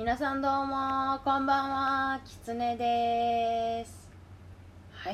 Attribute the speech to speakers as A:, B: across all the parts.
A: 皆さんどうもこんばんは、きつねです。はい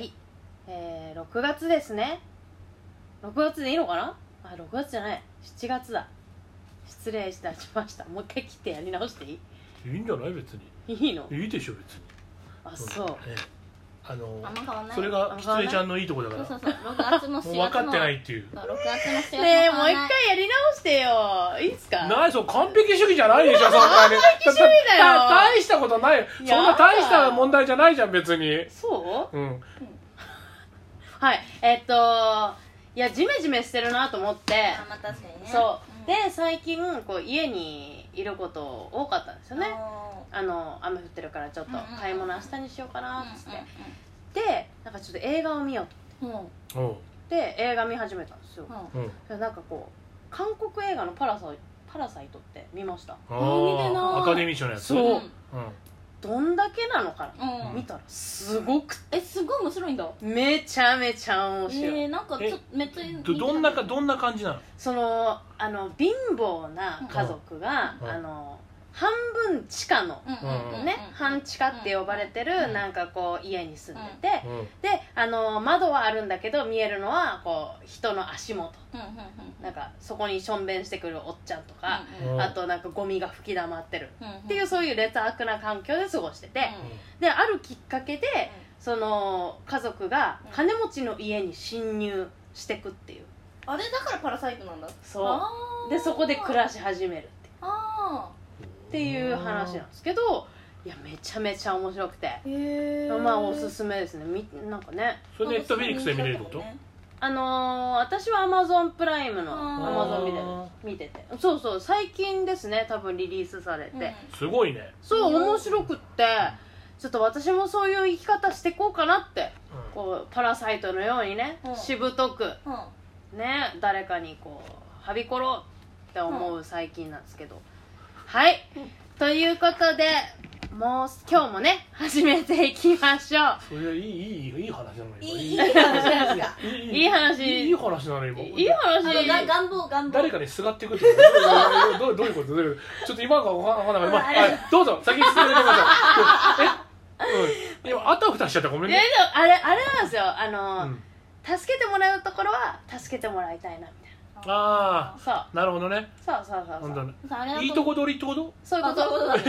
A: 、6月ですね。6月でいいのかなあ、6月じゃない、7月だ。失礼いたしました。もう一回切ってやり直していい？
B: いいんじゃない？別に
A: いいの？
B: いいでしょ別に。
A: あ、そう、
B: それがきつねちゃんのいいとこだから。
C: そう6月も7月も
B: もう分かってないっていう。
C: 6月も7月も
A: ねえ、もう一回やり直してよ。いいっすか？
B: ない、そう完璧主義じゃないでしょそんなに。
A: 完璧主義だよ。
B: 大したことない。そんな大した問題じゃないじゃん別に。
A: そう？
B: うん。
A: はい、いやジメジメしてるなと思って。
C: まあ確かにね。
A: そう、で最近こう家にいること多かったんですよね。雨降ってるからちょっと買い物明日にしようかなっつって、でなんかちょっと映画を見ようと思って、で映画見始めたんですよ。なんかこう韓国映画のパラサイトって見ました？
B: アカデミー賞のやつ。
A: そう、どんだけなのかな、見たらすごく
C: すごい面白いんだ。
A: めちゃめちゃ面白い。
C: なんかちょっとめっちゃ
B: どんな感じなの？
A: その貧乏な家族が、半分地下のね、半地下って呼ばれてるなんかこう家に住んでて、で窓はあるんだけど見えるのはこう人の足元、なんかそこにしょんべんしてくるおっちゃんとか、あとなんかゴミが吹き溜まってるっていう、そういう劣悪な環境で過ごしてて、であるきっかけでその家族が金持ちの家に侵入してくっていう。
C: あれだからパラサイトなんだ。
A: そうでそこで暮らし始めるっていう話なんですけど、いやめちゃめちゃ面白くて、まあおすすめですね。なんかね、
B: それネットフィリックスで見れるってこと？
A: 私は Amazon プライムの Amazon 見てて、そうそう最近ですね、多分リリースされて、
B: すごいね。
A: そう面白くって、ちょっと私もそういう生き方していこうかなって、こうパラサイトのようにね、しぶとくね、誰かにこうはびころうって思う最近なんですけど、はい、ということでもう今日もね始めていきましょう。
B: それいい話なの今。
C: いい話なんですか？
A: いい話
B: いい話なの今。
A: いい話。
C: 願望
B: 誰かにすがっていくってどういうこと？ちょっと今が分からない。はい、どうぞ先に進めてください。今あたふたしちゃった、ごめんね。
A: いやでもあれなんですよ、助けてもらうところは助けてもらいたいなみたいな。
B: ああ、
A: そう、
B: なるほどね。
A: そう
B: いいとこ取りってこと？
A: そういうこと。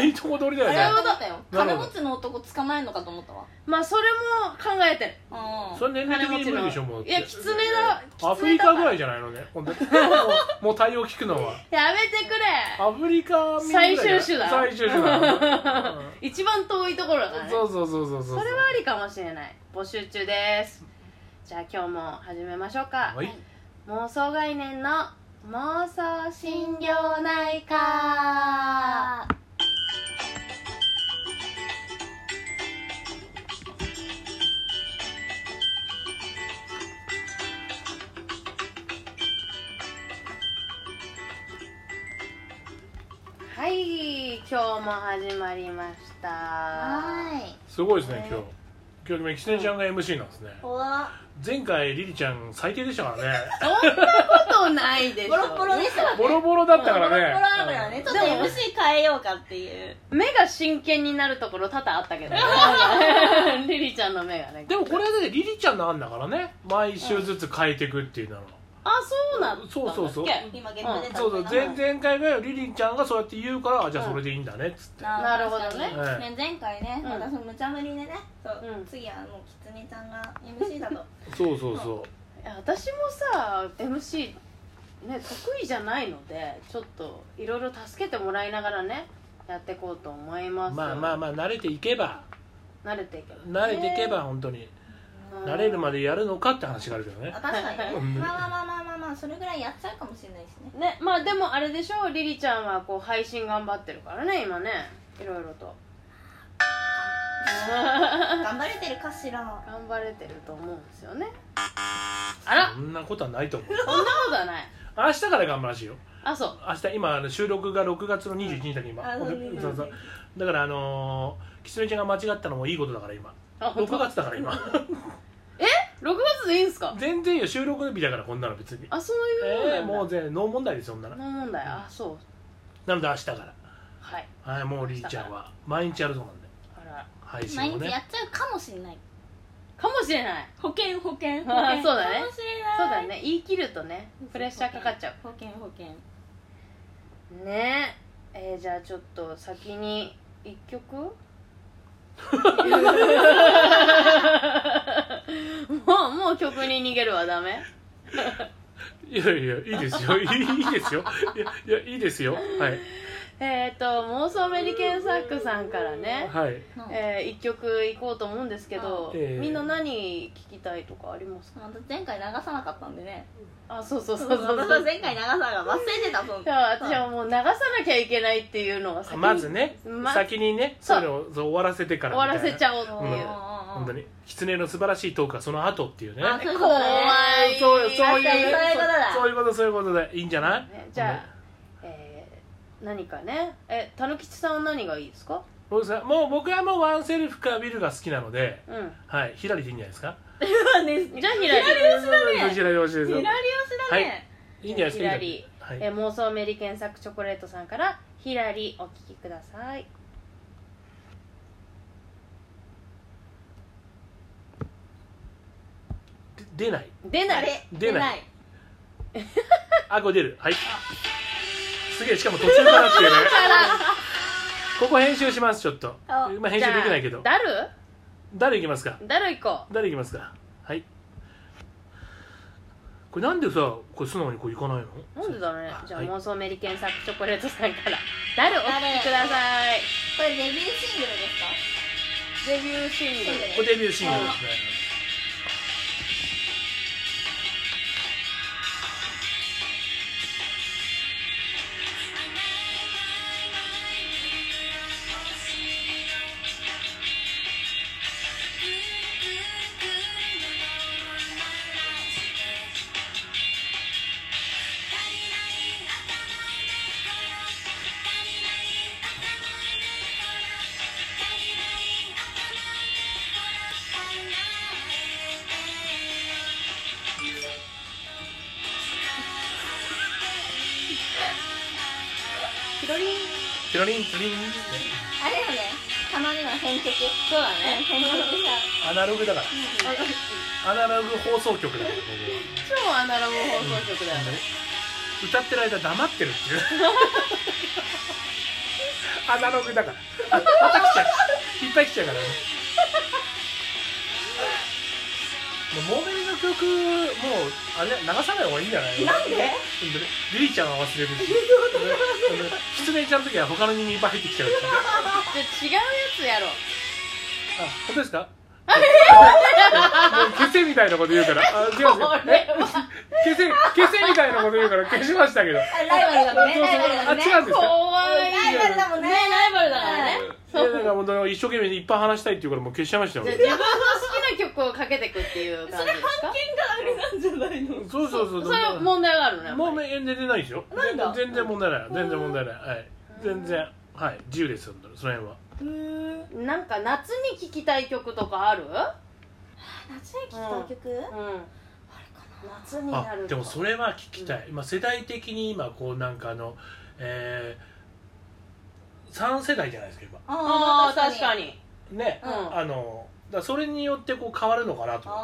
B: いいとこ取りだよね。
C: そうだったよ。金持ちの男捕まえるのかと思ったわ。
A: まあそれも考えてる。
B: それ年齢的に無理でしょもう。
A: いやキツネだ。
B: アフリカぐらいじゃないのね。本当にもう対応聞くのは。
A: やめてくれ。
B: アフリカ
A: 最終手段。
B: 最終手段。
A: 一番遠いところだからね。
B: そう。
A: それはありかもしれない。募集中です。じゃあ今日も始めましょうか。
B: はい。
A: 妄想概念の妄想心療内科。はい、今日も始まりました。
B: すごいですね今日今キツネちゃんが MC なんですね。前回リリちゃん最低でしたからね。
A: そんなことないでしょ。
C: ボロボロでしたからね。
B: ボロボロだったからね。
C: ボロボロだからね。ちょっと MC 変えようかっていう。
A: 目が真剣になるところ多々あったけどね。リリちゃんの目がね。
B: でもこれはだってリリちゃんの案だからね。毎週ずつ変えていくっていうのは。
A: あ、そうなんだっけ？
B: そう
C: 今現場で
B: そう前回がリリちゃんがそうやって言うから、じゃあそれでいいんだねっつって。
A: なるほどね。
C: 前回ね、私無茶ぶりでね、次はもうキツネちゃんが MC だと。
B: そう
A: 私もさ MC ね得意じゃないので、ちょっといろいろ助けてもらいながらねやっていこうと思います。
B: まあ慣れていけば
A: 慣れてい
B: けば本当に慣れるまでやるのかって話があるけどね。
C: 確かにね。まあそれぐらいやっちゃうかもしれないですね。
A: まあでもあれでしょ、リリちゃんはこう配信頑張ってるからね今ね、いろいろと
C: 頑張れてるかしら。
A: 頑張れてると思うんですよね。あら、
B: そんなことはないと思う。
A: そんなことはない。
B: 明日から頑張らしいよ。
A: あ、そう。
B: 明日今収録が6月の21日だけ今。そうだからキツネちゃんが間違ったのもいいことだから今。6月だから今。
A: 6月でいいんすか？
B: 全然いいよ、収録日だからこんなの別に。
A: あ、そういうもんなんだ。
B: もうノー問題です、そんなの。
A: ノー問題。あ、そう。
B: なので明日からはい、もうリリちゃんは毎日やるそうなんで、
A: あら、
B: 配信をね。
C: 毎日やっちゃうかもしれない。
A: かもしれない。
C: 保険
A: そうだね、
C: かもしれない。
A: そうだね、言い切るとねプレッシャーかかっちゃう。
C: 保険
A: ねえ、じゃあちょっと先に1曲もう曲に逃げるはダメ？
B: いやいや、いいですよ、いいですよ、いやいいですよ。はい。
A: 妄想アメリケンサックさんからね、
B: はい。
A: 1曲いこうと思うんですけど、みんな何聞きたいとかありますか？
C: 前回流さなかったんでね。
A: あ、そうそうそう
C: 私
A: そう。
C: は前回流さなかった。忘れてた。そう。
A: 私はもう流さなきゃいけないっていうのが
B: まずね、先にね、そういうのを終わらせてから
A: 終わらせちゃおうっていう。
B: 本当に狐の素晴らしいトークはその後っていうね。
C: そういうことだね。
B: そういうことでいいんじゃない？
A: じゃあ何かね、たぬきちさんは何がいいですか？
B: もう僕はもうワンセルフかビルが好きなので、はい、ヒラリでいいんじゃないですか？
A: じゃあヒラリ。
B: ヒラリ推しですよ。
C: ヒラリ推しだね。
B: いいんじゃないですか？
A: ヒラリ。妄想アメリケンサックチョコレートさんからヒラリお聴きください。
B: 出ない。あ、これ出る。はい。すげえ、しかも途中からっていうね。ここ編集します、ちょっと。今編集できないけど。誰いきますか？
A: 誰いこう。
B: 誰いきますか？はい。これなんでさ、これ素直にこういかないの？
A: なんでだろうね。じゃあ妄想アメリケンサックチョコレートさんから誰お聴きください。
C: これデビューシングルですか？
A: デビューシングル。
B: これデビューシングルですね。
A: ピロリン
B: ピロリン
C: あれよね、たまには編曲。
A: そうだね。
C: 編曲した
B: アナログだから、アナログ放送局だから、
A: 超アナログ放送局だよね。
B: 歌ってる間黙ってるっていうアナログだから、また来ちゃう、いっぱい来ちゃうからね。もうモーメリの曲、もうあれ流さない方がいいんじゃない？
C: なんで？
B: リリちゃんは忘れるし、キツネちゃんの時は他の人間いっぱい入ってきちゃうし。
A: じゃあ違うやつやろう。
B: あ、本当ですか？消せみたいなこと言うから、あ、違うんですよ。消せみたいなこと言うから消しましたけど。
C: ライバルだもんね。
B: あ、違うんですか？
A: 怖い。
C: ライバルだもんね。
A: ライバルだからね。
B: なんか本当に一生懸命いっぱい話したいっていうからもう消しちゃいましたよ。
A: 自分の好きな曲をかけてくっていう感じですか？
C: それ判権があれなんじゃないの？
B: そう。
A: それは問題があるね。
B: もう全然ないですよ。
C: なんだ？
B: 全然問題ない。全然問題ない。はい。全然はい自由ですよ。その辺は。
A: なんか夏に聴きたい曲とかある？
C: 夏に聴きたい曲？あれか
A: な。夏になる。
B: でもそれは聞きたい。今世代的に今こうなんか3世代じゃないですか今。
A: ああ確かに。
B: ね、だそれによってこう変わるのかなと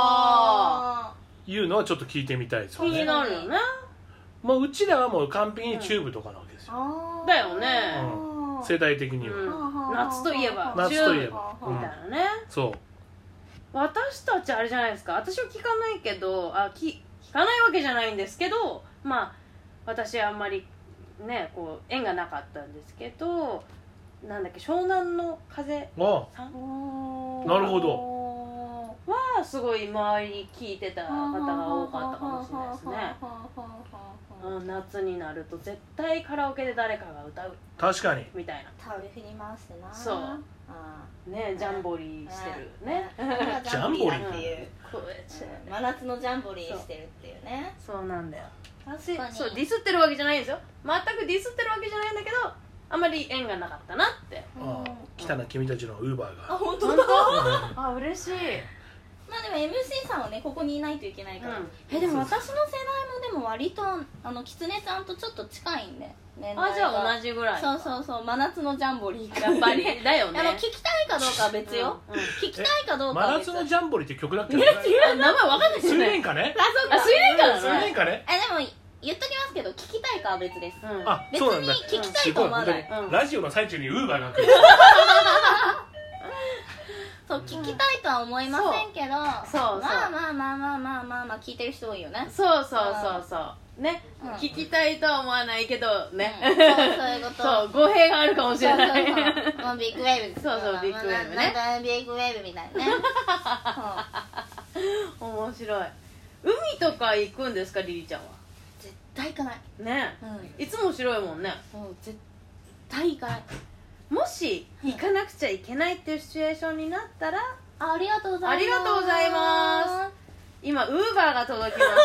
B: いうのはちょっと聞いてみたいですよね。
A: 気になるよね。
B: もううちらはもう完璧にチューブとかなわけですよ。
A: だよね。
B: 世代的には。
A: 夏といえば
B: 夏といえば
A: みたいなね。
B: そう。
A: 私たちあれじゃないですか。私は聞かないけど、聞かないわけじゃないんですけど、まあ私はあんまりねこう縁がなかったんですけど、なんだっけ湘南の風さん。
B: なるほど。
A: はすごい周りに聞いてた方が多かったかもしれないですね。夏になると絶対カラオケで誰かが歌う。
B: 確かに。
A: みたいな。
C: タオル振り回してな。
A: そう。ね、ジャンボリーしてるね。
B: ジャンボリー
C: っていう。真夏のジャンボリーしてるっていうね。
A: そうなんだよ。そうディスってるわけじゃないんですよ。全くディスってるわけじゃないんだけど、あんまり縁がなかったなって。
B: 来たな君たちのウーバーが。
C: あ、本当だ。
A: あ、嬉しい。
C: まあでも MC さんはねここにいないといけないから。でも私の世代もでも割とキツネちゃんとちょっと近いんで。 年代が。
A: じゃあ同じぐらい。
C: そうそうそう、真夏のジャンボリー
A: やっぱりだよね。
C: 聞きたいかどうかは別よ。聞きたいかどうかは別。
B: 真夏のジャンボリーって曲だっけ？
A: 名前わかんないです
B: 水
A: よね。
B: 蓮花ね。
A: 水蓮花
B: 水蓮花ね。
C: でも言っときますけど、聞きたいかは別です。別
B: そうなんだ。
C: に聞きたいと思わない。
B: ラジオの最中にウーバーが来る。
C: そう、聞きたいとは思いませんけど、まあ聞いてる人多いよね。
A: そうね、聞きたいとは思わないけどね、
C: そういうこと。
A: そう、語弊があるかもしれない。
C: もうビッグウェーブです。
A: そうビッグウェーブね。
C: ビッグウェーブみたいなね。
A: 面白い。海とか行くんですか、リリちゃんは？
C: 絶対行かない
A: ね。いつも白いもんね。
C: 絶対行かない。
A: もし行かなくちゃいけないっていうシチュエーションになったら、
C: ありがとうございます。
A: ありがとうございます。今ウーバーが届きました。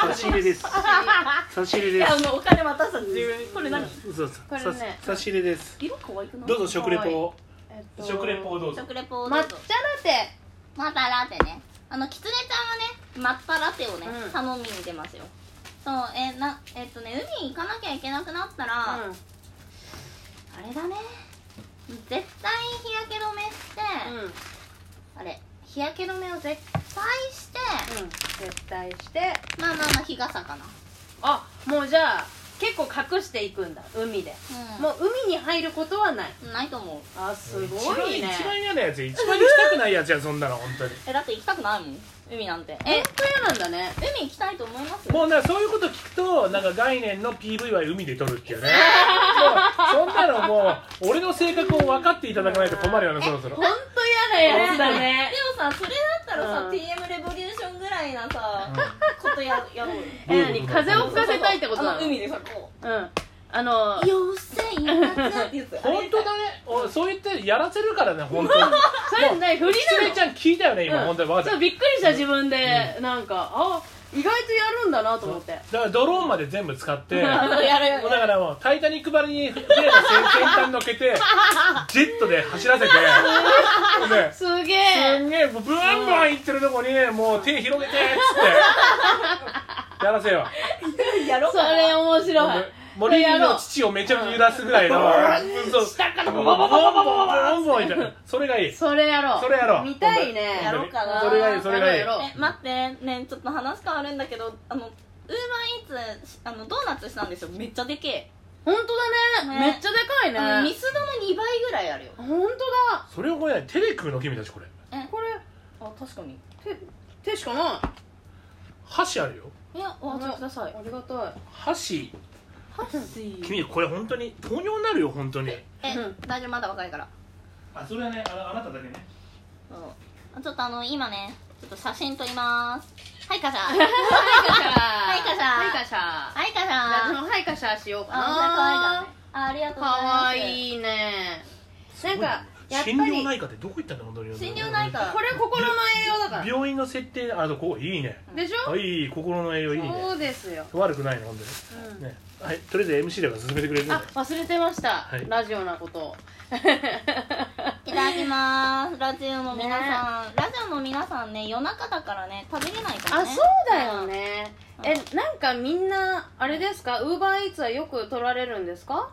B: 差し入れです。差し入れです。
C: お金渡した自分。これ何？
B: そう
A: これね、
B: 差し入れです。
C: 色可愛くない？
B: どうぞ食レポを。食レポをどうぞ。
C: 食レポをどうぞ。
A: 抹茶ラテ。
C: 抹茶ラテね。キツネちゃんはね、抹茶ラテをね、頼みに出ますよ。そう、海行かなきゃいけなくなったら、あれだね、絶対日焼け止めして、あれ、日焼け止めを絶対して、
A: 絶対して、
C: まあ日傘か
A: な。もうじゃあ結構隠していくんだ、海で。もう海に入ることはない。
C: ないと思う。
A: すごいね。
B: 一番嫌なやつ、一番行きたくないやつや、そんなの本当に。
C: だって行きたくないもん、海なんて。
A: 本当嫌なんだね。
C: 海行きたいと思いますよ。
B: もうそういうこと聞くと、なんか概念の PV は海で撮るっていうね。もうそんなのもう俺の性格を分かっていただかないと困るよね、そろそろ。
A: 本当嫌なやつだね。
C: でもさ、それだったらさ、TM レボリューションぐらいなさことやろうよ。
A: 何、風を吹かせたいってことなの？
C: 海でさ、こう
A: 妖精
C: やつってやつ。
B: 本当だね。そう言ってやらせるからね、本当に。
A: それね、振りなの。
B: キツネちゃん聞いたよね、今。本当に分かった。
A: そう、びっくりした自分で。なんか意外とやるんだなと思って。
B: だからドローンまで全部使ってだ
C: やる。
B: からもうタイタニックばりに船の先端乗っけてジェットで走らせて
A: すげえ
B: もうブワンブワンいってるとこにもう手広げてっつってやらせよう。
C: やろうかな。
A: それ面白い。
B: モリーの父をめちゃめちゃ揺らすぐらいの
A: 下からボ
B: ボボボボボボボボみたいな。それがいい。
A: それやろう。見たいね。
C: やろうかな。
B: それがいい、それがいい。
C: 待ってね、ちょっと話変わるんだけど、ウーバーイーツドーナツしたんですよ。めっちゃでけえ。
A: 本当だね。めっちゃでかいね。
C: ミスドの2倍ぐらいあるよ。
A: 本当だ。
B: それをこれ手で食うの君たちこれ。
A: これ
C: 確かに
A: 手しかない。
B: 箸あるよ。
C: いや、お待ちください。
A: ありがたい。
B: 箸。君これ本当に糖尿になるよ本当に。
C: 大丈夫、まだ若いから。
B: それはね、あなただけね。
C: ちょっと今ね、ちょっと写真撮ります。はいカシャ。
A: はいカシャ。
C: はいカシャ。
A: はいカシャ。
C: はいカシャ。
A: じゃあそのはいカシャしようかな。
C: ありがとうございます。
A: かわいいね。なんかやっぱり
B: 心療内科ってどこ行ったんだ本当に。
C: 心療内科。
A: これ心の栄養だから。
B: 病院の設定ここいいね。
A: でしょ。
B: いい心の栄養いいね。
A: そうですよ。
B: 悪くないの本当に。ね。はい、とりあえず MC だから進めてくれるんで。
A: 忘れてました。ラジオなことを。
C: いただきます。ラジオの皆さんね、夜中だからね、食べれないからね。
A: そうだよね。なんかみんなあれですか、ウーバーイーツはよく撮られるんですか？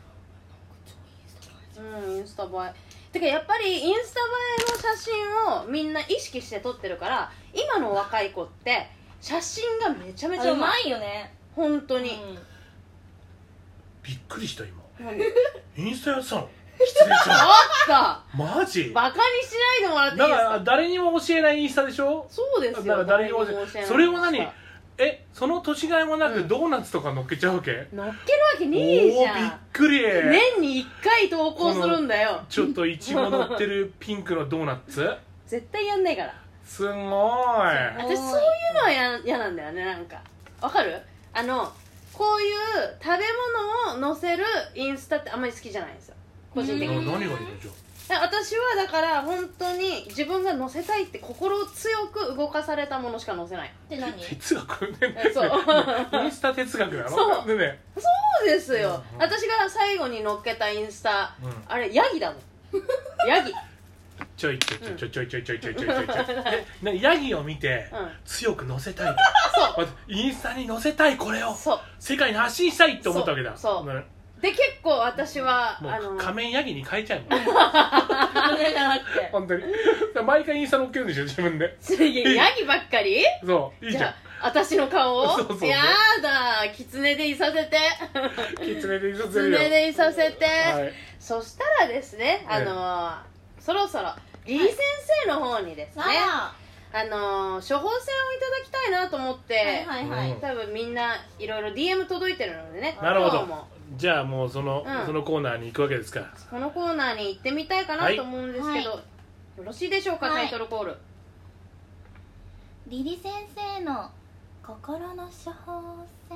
A: インスタ映え。てかやっぱりインスタ映えの写真をみんな意識して撮ってるから、今の若い子って写真がめちゃめちゃうまい
C: よね。
A: 本当に。
B: びっくりした今。インスタやってたの？キツネちゃん。
A: あった。
B: マジ？
A: バカにしないでもらっていいですか？
B: だから誰にも教えないインスタでしょ？
A: そうですよ。
B: だから誰にも教えない。それを何？その年がいもなくドーナツとか乗っけちゃうわけ？
A: 乗っけるわけねえじゃん。
B: びっくり。
A: 年に1回投稿するんだよ。
B: ちょっとイチゴ乗ってるピンクのドーナツ？
A: 絶対やんないから。
B: すごい。
A: 私そういうのは嫌なんだよね。なんかわかる？こういう食べ物を載せるインスタってあんまり好きじゃないんですよ、個人的に。
B: 何がいいのじゃあ。
A: 私はだから本当に自分が載せたいって心を強く動かされたものしか載せない。
C: って何？
B: 哲学ね。
A: そう
B: インスタ哲学なの？
A: そう
B: でね。
A: そうですよ。私が最後に載っけたインスタ、あれヤギだもん。ヤギ。
B: ちょいちょいちょいちょいちょいちょいちょいちょいちょいちょいヤギを見て強く載せたいと、インスタに載せたい、これを世界に発信したいって思ったわけだ。
A: で結構私は
B: 仮面ヤギに変えちゃうもん。
C: それじゃなくて
B: 本当に毎回インスタ載っけるんでしょ自分で。
A: ヤギばっかり。
B: そういいじゃん。
A: 私の顔をやだ、キツネでいさせて、
B: キツネでいさせて、
A: キツネでいさせて、そしたらですね、そろそろリリ先生の方にですね、処方箋をいただきたいなと思って、多分みんないろいろ DM 届いてるのでね。
B: なるほど。じゃあもうそのコーナーに行くわけですか。
A: このコーナーに行ってみたいかなと思うんですけど、よろしいでしょうか。タイトルコール。
C: リリ先生の心の処方箋。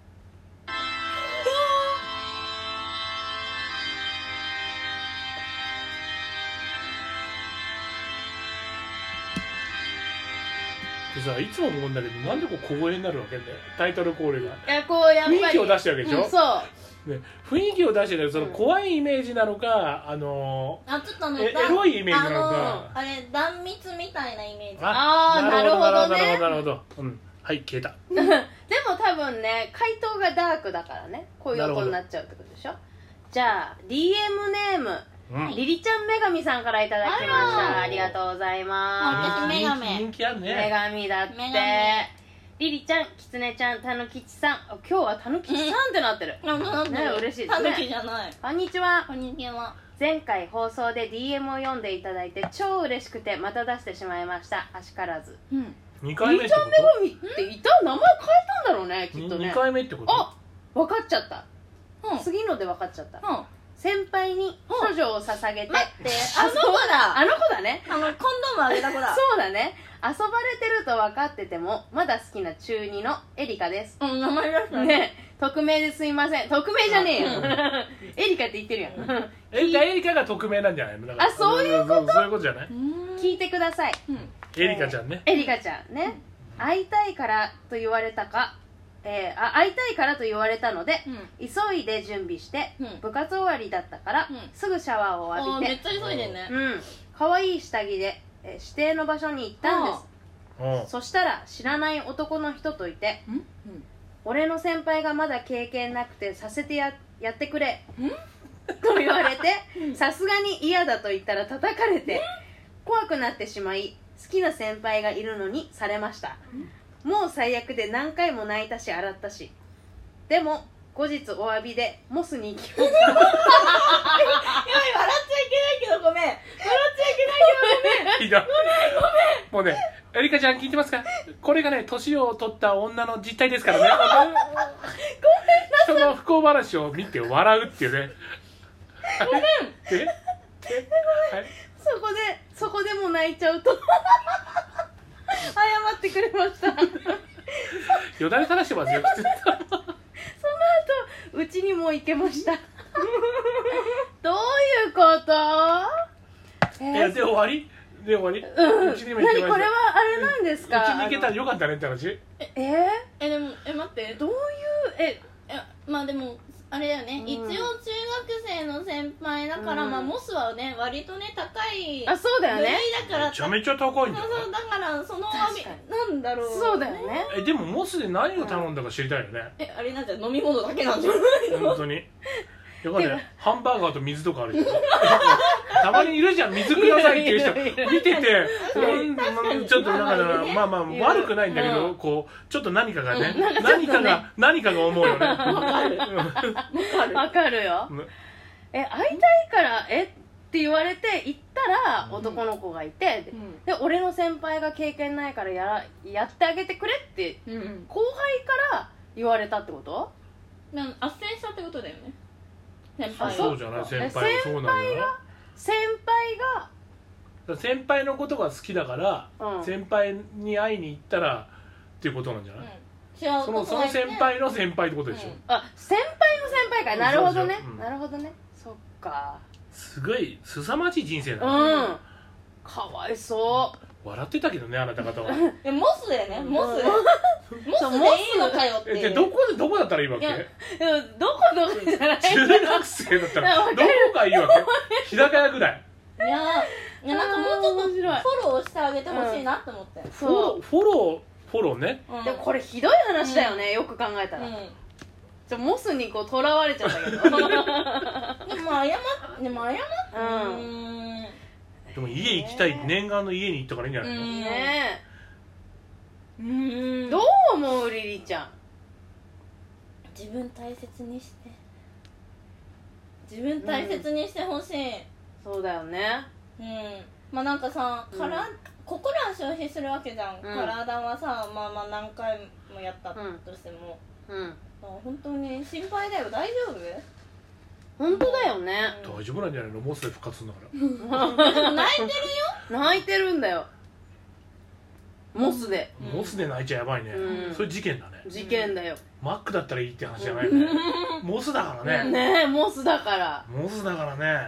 B: でさ、いつも思うんだけど、なんでこう小声になるわけね、タイトルコールが。
A: いや、こうやっぱり
B: 雰囲気を出してるわけでしょ。
A: そう
B: ね、雰囲気を出してるけど、その怖いイメージなのか、
C: ちょっとね、
B: エロいイメージなのか、
C: あれ断蜜みたいなイメージ。
A: なるほどね。
B: なるほど。はい、消えた。
A: でも多分ね、回答がダークだからね、こういう音になっちゃうってことでしょ。じゃあ DM ネーム、リリちゃん女神さんからいただきました。ありがとうございます。
C: 私女神。
B: 人気あるね。
A: 女神だって。リリちゃん、キツネちゃん、たぬきちさん。今日はたぬきちさんってなってる。ね、嬉しいですね。
C: たぬきじゃない。
A: こんにちは。
C: こんにちは。
A: 前回放送で DM を読んでいただいて超嬉しくてまた出してしまいました。あしからず。
B: 2回目ってこと？
A: リリちゃん女神っていた？名前変えたんだろうね、きっとね。
B: 2回目ってこと？
A: あ、分かっちゃった。次ので分かっちゃった。先輩に処女を捧げて。
C: 待って、あの子だ。
A: あの子だね。
C: コンドームあげた子だ。
A: そうだね。遊ばれてると分かっててもまだ好きな中2のエリカです。
C: 名前出した
A: ね。匿名ですいません。匿名じゃねえよ。エリカって言ってるやん。
B: エリカが匿名なんじゃないの？
A: あ、そういうこと？
B: そういうことじゃない？
A: 聞いてください。
B: エリカちゃんね。
A: エリカちゃんね。会いたいからと言われたか、会いたいからと言われたので、急いで準備して、部活終わりだったから、すぐシャワーを浴びて、
C: めっちゃ急いでね。
A: 可愛い下着で、指定の場所に行ったんです。そしたら知らない男の人といて、俺の先輩がまだ経験なくてさせてやってくれと言われて、さすがに嫌だと言ったら叩かれて怖くなってしまい、好きな先輩がいるのにされました。もう最悪で何回も泣いたし洗ったし、でも後日お詫びでモスに行きました。笑っちゃい
C: けないけどごめん。笑っちゃいけないけどごめん。
B: ごめんもうね、エリカちゃん聞いてますか？これがね、年を取った女の実態ですからね。ごめんなさい。人の不幸話を見て笑うっていうね。
C: ごめん。
A: そこでも泣いちゃうと謝ってくれました。
B: よだれ垂らしてますよ。
A: その後うちにも行けました。どういうこと？
B: いやで終わり？で終わり？うちにも行けました。
A: 何これはあれなんですか？
B: うちに行けたらよかったねって話。
C: でも待って、
A: どういう
C: まあでもあれだよね、一応中学生の先輩だから、まあモスはね割とね高い
A: そうだよね。
C: だから
B: めちゃめちゃ高いんだよ。
C: そうだからそのなんだろう。
A: そうだよね。
B: でもモスで何を頼んだか知りたいよね。
C: あれなんじゃ飲み物だけなんじゃないの？
B: 本当に。よかったね。ハンバーガーと水とかあるよ。たまにいるじゃん、水くださいっていう人見てて、ちょっとなんかまあまあ悪くないんだけど、こうちょっと何かがね、何かが思うよね。
A: わかるよ。会いたいからって言われて行ったら男の子がいて、で俺の先輩が経験ないからやってあげてくれって後輩から言われたってこと？
C: 斡旋したってことだよね。
B: そうじゃない？先輩がそうなんだよ。先輩のことが好きだから、先輩に会いに行ったらっていうことなんじゃない？その先輩の先輩ってことでしょ。
A: 先輩の先輩か。なるほどね。なるほどね。そっか。
B: すごい凄まじい人生だね。
A: かわいそう。
B: 笑ってたけどね、あなた方は。
C: モスだよね。モスでいいのかよって。
B: どこだったらいいわけ？
A: どこじゃない。
B: 中学生だったらどこがいいわけ？日高屋ぐらい。
C: いやいやなんかもうちょっとフ
A: 面白い
C: ォローしてあげてほしいなって思って、
B: フォローね。
A: でもこれひどい話だよね、よく考えたら。モスにこうとらわれちゃったけど。
C: でも謝って
B: でも家行きたい、念願の家に行ったからいいんじゃないの。
A: ねえ。どう思うリリちゃん。
C: 自分大切にしてほしい。
A: そうだよね。
C: まあなんかさ、心は消費するわけじゃん、体はさ、まあ何回もやったとしても、本当に心配だよ。大丈夫？
A: 本当だよね。
B: 大丈夫なんじゃないの、モスで復活するんだから。
C: 泣いてるよ。
A: 泣いてるんだよ、モスで。
B: モスで泣いちゃやばいね。それ事件だね。
A: 事件だよ。
B: マックだったらいいって話じゃないね。モスだからね。
A: ねえ、モスだから。
B: モスだからね。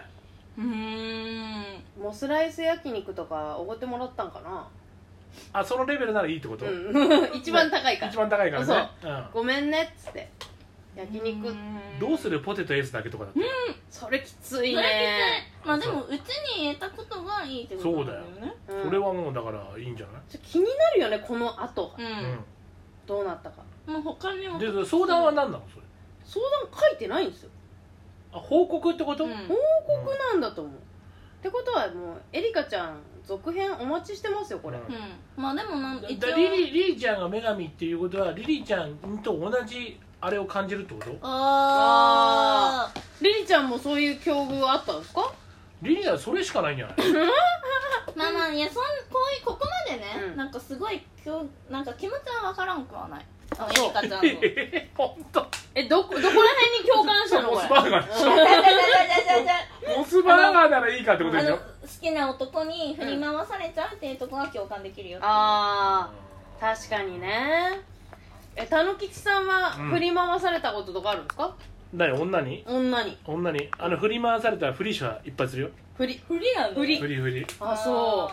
A: モスライス焼肉とかおごってもらったんかな。
B: あ、そのレベルならいいってこと。
A: 一番高いから。
B: 一番高いからね。
A: ごめんねっつって焼肉。
B: どうするポテトエースだけとかだって。
A: それきついね。
C: まあでもうちに入れたことがいいってことなんだよね。
B: そうだよ。それはもうだからいいんじゃない。
A: 気になるよね、この後どうなったか。
C: もう他にも
B: で相談は何なのそれ。
A: 相談書いてないんですよ。
B: あ、報告ってこと。
A: 報告なんだと思う。ってことはもうエリカちゃん続編お待ちしてますよこれ。
C: まあでも一応
B: リリーちゃんが女神っていうことはリリーちゃんと同じあれを感じるってこと。
A: リリちゃんもそういう境遇あったんですか。
B: リリーはそれしかないんじゃない。
C: まあいやここまでね、なんかすごいなんか気持ちは分からんくはない。エリカちゃんの
B: 本当。
A: どこら辺に共感したのこれ。
B: モスバーガーでしょ。モスバーガーならいいかってことでしょ。
C: 好きな男に振り回されちゃうっていうところは共感できるよ。
A: 確かにね。たぬきちさんは振り回されたこととかあるんですか。
B: 何、女に振り回されたら振りはいっぱいするよ。
C: 振りなんだ。振
A: り。あ、そう。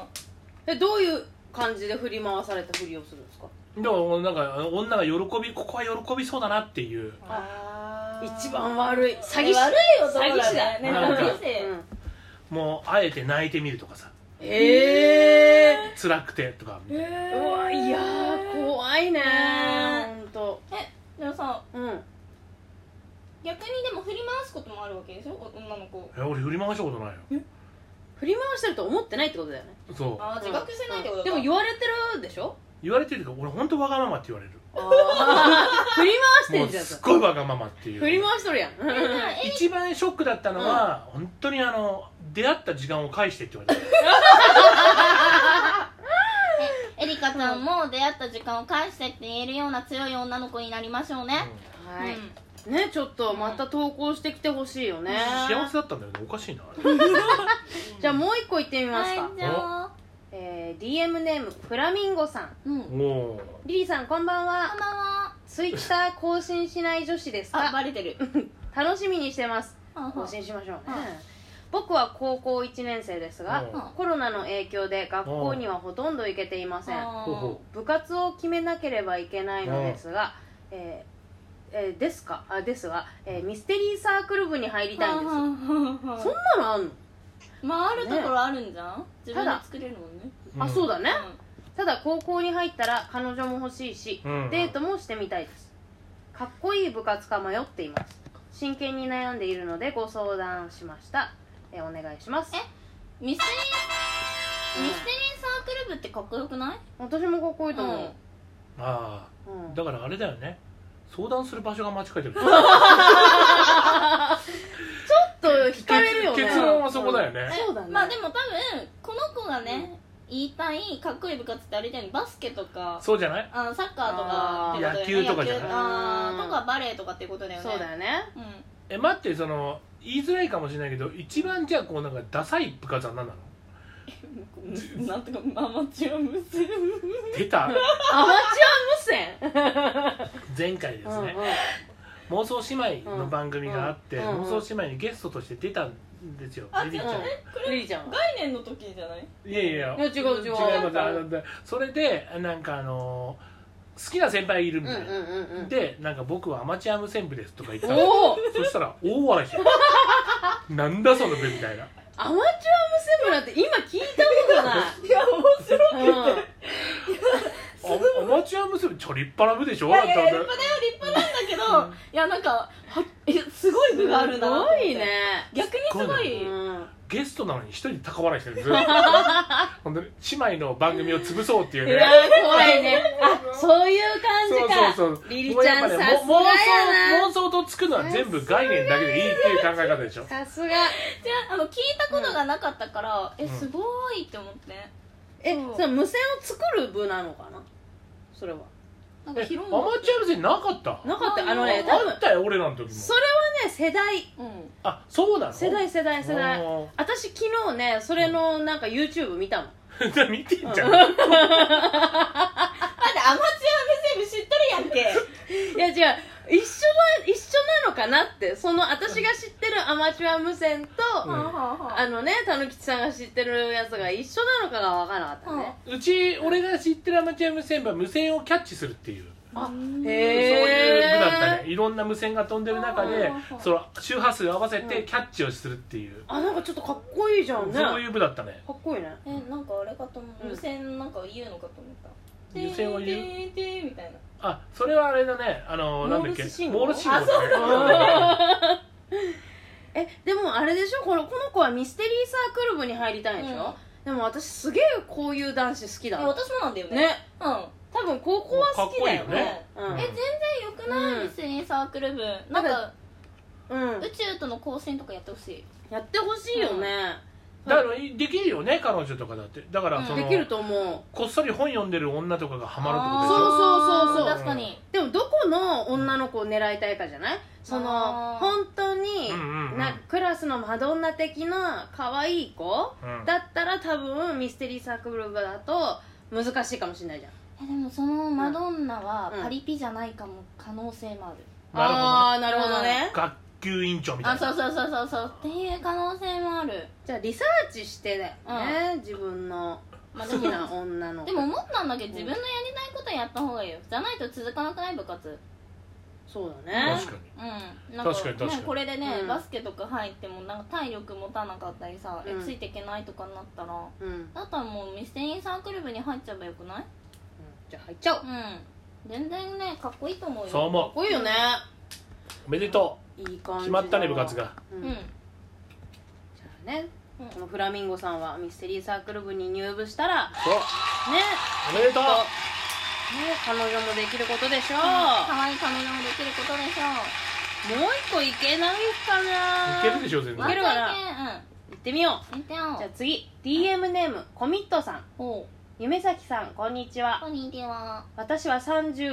A: どういう感じで振り回された振りをするんですか。
B: でもなんか女がここは喜びそうだなっていう。
A: 一番悪い詐欺師。
C: 悪い男だね。
B: もうあえて泣いてみるとかさ。辛くてとか。
A: うわ、いや怖いね。本当。
C: でもさ、逆にでも振り回すこともあるわけでしょ、女の子。
B: 俺振り回したことないよ。
A: 振り回してると思ってないってことだよね。
B: そう。
C: 自覚してないってことか。
A: でも言われてるでしょ。
B: 言われてるけど俺本当わがままって言われる。
A: 振り回してんじゃん。
B: すっごいわがままっていう。
A: 振り回しとるやん。
B: 一番ショックだったのは本当に出会った時間を返してって言われて。
C: エリカちゃんも出会った時間を返してって言えるような強い女の子になりましょうね。はい
A: ね、ちょっとまた投稿してきてほしいよね。
B: 幸せだったんだよね。おかしいな。
A: じゃあもう一個いってみますか。DM ネームフラミンゴさん。リリーさんこんばんは。
C: こんばんは。
A: ツイッター更新しない女子ですか。
C: あ、バレてる。
A: 楽しみにしてます。更新しましょうね。僕は高校1年生ですが、コロナの影響で学校にはほとんど行けていません。部活を決めなければいけないのですが、ですが、ミステリーサークル部に入りたいんですよ。そんなのあんの。
C: まああるところあるんじゃん。自分で作れるもんね。
A: あ、そうだね。ただ高校に入ったら彼女も欲しいし、デートもしてみたいです。かっこいい部活か迷っています。真剣に悩んでいるのでご相談しました。お願いします。
C: ミステリーサークル部ってかっこよくない？
A: 私もかっこいいと思う。
B: だからあれだよね。相談する場所が間違えてる。ちょっ
A: と惹かれるよね。
B: 結論はそこだよね。
A: そうだね。
C: まあでも多分この子がね言いたいかっこいい部活ってあれだよね。バスケとか
B: そうじゃない？
C: サッカーとか
B: 野球とかじゃない？
C: とかバレーとかっていうことだよね。
A: そうだよね。
B: 待って、言いづらいかもしれないけど、一番じゃあこうなんかダサい部活は何なの？
C: なんとかアマチュア無線。
B: 出た。
A: アマチュア無線。
B: 前回ですね。妄想姉妹の番組があって、妄想姉妹にゲストとして出たんですよ。リリちゃん。
A: リリちゃん。
C: 概念の時じゃない？
B: いやいや。
A: 違
B: う。それでなんか好きな先輩いるみたいな。でなんか僕はアマチュア無線部ですとか言ったら、そしたら大笑いして。なんだその部みたいな。
A: アマチュア無線部ムなんて今聞いたことない。
C: いや面白い、
B: アマチュア娘ちょ立派な部でしょ。
C: いや立派だよ、立派なんだけど、いやなんかすごい部があるんだなと思って。
A: すごいね。
C: 逆にすごい、
B: ゲストなのに一人高笑いしてるんですよ。本当に姉妹の番組を潰そうっていうね。
A: いや怖いね。あ、そういう感じか。
B: そう
A: リリちゃんさすがやな。
B: 妄想とつくのは全部概念だけでいいっていう考え方でしょ。
A: さすが。
C: じゃあ聞いたことがなかったから、すごいって思って。
A: その無線を作る部なのかな。それは。
C: なんか広い。
B: アマチュア無線なかった。
A: なかった。多分
B: あったよ俺らの時も。
A: それはね世代。
B: あ、そうなの。
A: 世代。私昨日ねそれのなんか YouTube 見たもん。
B: 見てんじゃん。
C: だってアマチュア無線部知っとるやんけ。
A: いや違う、一緒なのかなって。その私が知ってるアマチュア無線と、たぬきちさんが知ってるやつが一緒なのかが分からなかったね。
B: 俺が知ってるアマチュア無線部は無線をキャッチするっていう。
A: あ、
B: そういう部だったね。いろんな無線が飛んでる中でその周波数合わせてキャッチをするっていう。
A: あ、なんかちょっとかっこいいじゃんね。
B: そういう部だったね。
A: かっこいいね。
C: なんかあれかと思う、無線なんか言うのかと思った。
B: 無線を言う
C: みたいな。
B: あ、それはあれだね。なんだっけ、モール信号だ
A: ね。でもあれでしょ、この子はミステリーサークル部に入りたいんでしょ。でも私すげえこういう男子好きだ。
C: 私もなんだよね。
A: ね。多分高校は好きだよね。
C: 全然よくない？ミステリーサークル部。なんか宇宙との交戦とかやってほしい。
A: やってほしいよね。
B: だからできるよね、彼女とかだって。だからその
A: できると思う。
B: こっそり本読んでる女とかがハマるってことでしょ。
A: そう
C: 確かに。
A: でもどこの女の子を狙いたいかじゃない。その本当にクラスのマドンナ的な可愛い子だったら多分ミステリーサークル部だと難しいかもしれないじゃん。
C: でもそのマドンナはパリピじゃないかも可能性もある。
A: ああ、なるほどね。
B: 学級委員長みたいな。
C: そうっていう可能性もある。
A: じゃあリサーチしてだよね、自分の好きな女の子。
C: でも思ったんだけど、自分のやりたいことやった方がいいよ。じゃないと続かなくない？部活。
A: そうだね。
B: 確かに。
C: なんかこれでね、バスケとか入ってもなんか体力持たなかったりさ、ついていけないとかになったら、だったらもうミステリーサークル部に入っちゃえばよくない？
A: じゃあ入っちゃおう。
C: 全然ね、かっこいいと思うよ。
B: そう思う。
A: かっこいいよね。
B: おめでとう。
A: いい感じ。
B: 決まったね、部活が。
A: じゃあね、このフラミンゴさんはミステリーサークル部に入部したらね、
B: おめでとう。
A: 彼女もできることでしょう。
C: 可愛い彼女もできることでしょ
A: う。もう一個いけないかな。
B: いけるでしょ、全然。
A: いけるかな。行ってみよう。じゃあ次、DM ネームコミットさん。夢咲さん、こんにちは。
C: こんにちは。
A: 私は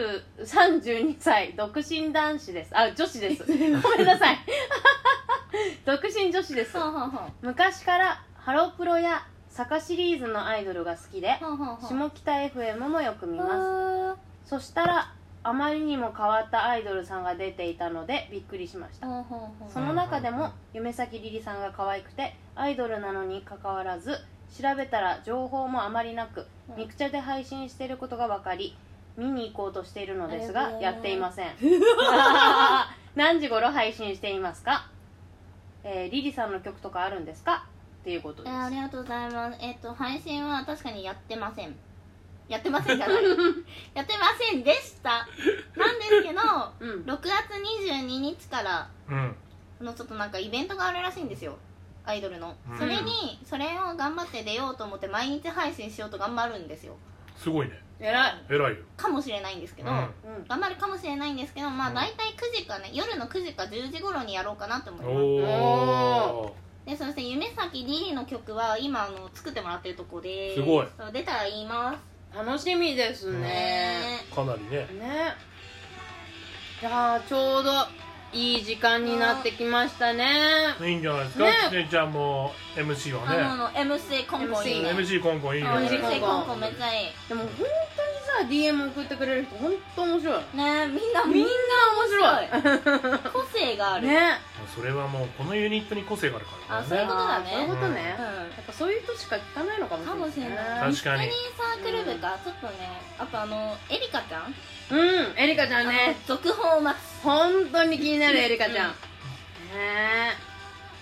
A: 32歳独身男子です。あ、女子です。ごめんなさい。独身女子です。昔からハロプロやサカシリーズのアイドルが好きで、下北 FM もよく見ます。そしたらあまりにも変わったアイドルさんが出ていたのでびっくりしました。その中でも夢咲りりさんが可愛くてアイドルなのにかかわらず、調べたら情報もあまりなく、ミクチャで配信していることが分かり、見に行こうとしているのですが、やっていません。何時頃配信していますか？リリさんの曲とかあるんですか？っていうことです。
C: ありがとうございます。配信は確かにやってません。やってませんじゃない。やってませんでした。なんですけど、6月22日から、ちょっとなんかイベントがあるらしいんですよ。アイドルの。それを頑張って出ようと思って毎日配信しようと頑張るんですよ。
B: すごいね。
A: 偉い
B: よ。
C: かもしれないんですけど、頑張るかもしれないんですけど、まあ大体9時かね、夜の9時か10時頃にやろうかなと思います。で、そして夢咲りりの曲は今作ってもらってるとこで、
B: すごい。
C: 出たら言います。
A: 楽しみですね。
B: かなりね。
A: いやちょうどいい時間になってきましたね。
B: いいんじゃないですか。ちねちゃんも MC はね。
C: MC コンコンいいね。
B: MC コンコンいいよね。
C: MC コンコンめっちゃいい。
A: でも本当にさ DM 送ってくれる人本当面白い
C: ね。みんな
A: 面白い。
C: 個性がある
A: ね。
B: それはもうこのユニットに個性があるからね。
C: そういうことだね。
A: そういうことね。やっぱそういう人しか聞かないのかもしれない。
B: 確かに。
C: ミステリーサークル部か。ちょっとね、あとエリカちゃん。
A: エリカちゃんね。
C: 続報を待つ。
A: 本当に気になるエリカちゃん。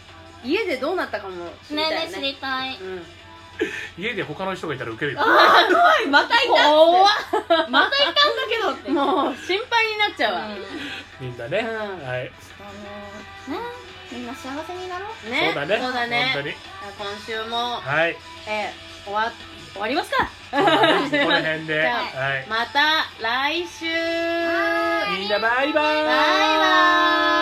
A: 家でどうなったかも知りたいよね。
C: ね知りたい。
B: 家で他の人がいたらウケるよ。
C: ああ怖い、またいたって
A: 怖っ
C: またいたんだけどって
A: もう心配になっちゃうわ。
B: みんなね。はい。
C: ねみんな幸せになろう。
A: ね、
B: そうだね。
A: そうだね。
B: 本当に。
A: 今週も
B: はい。
A: 終わりますか。
B: この辺で。
A: じゃあ
B: はい。
A: また来週。
B: みんなバイバーイ。
A: バイバーイ。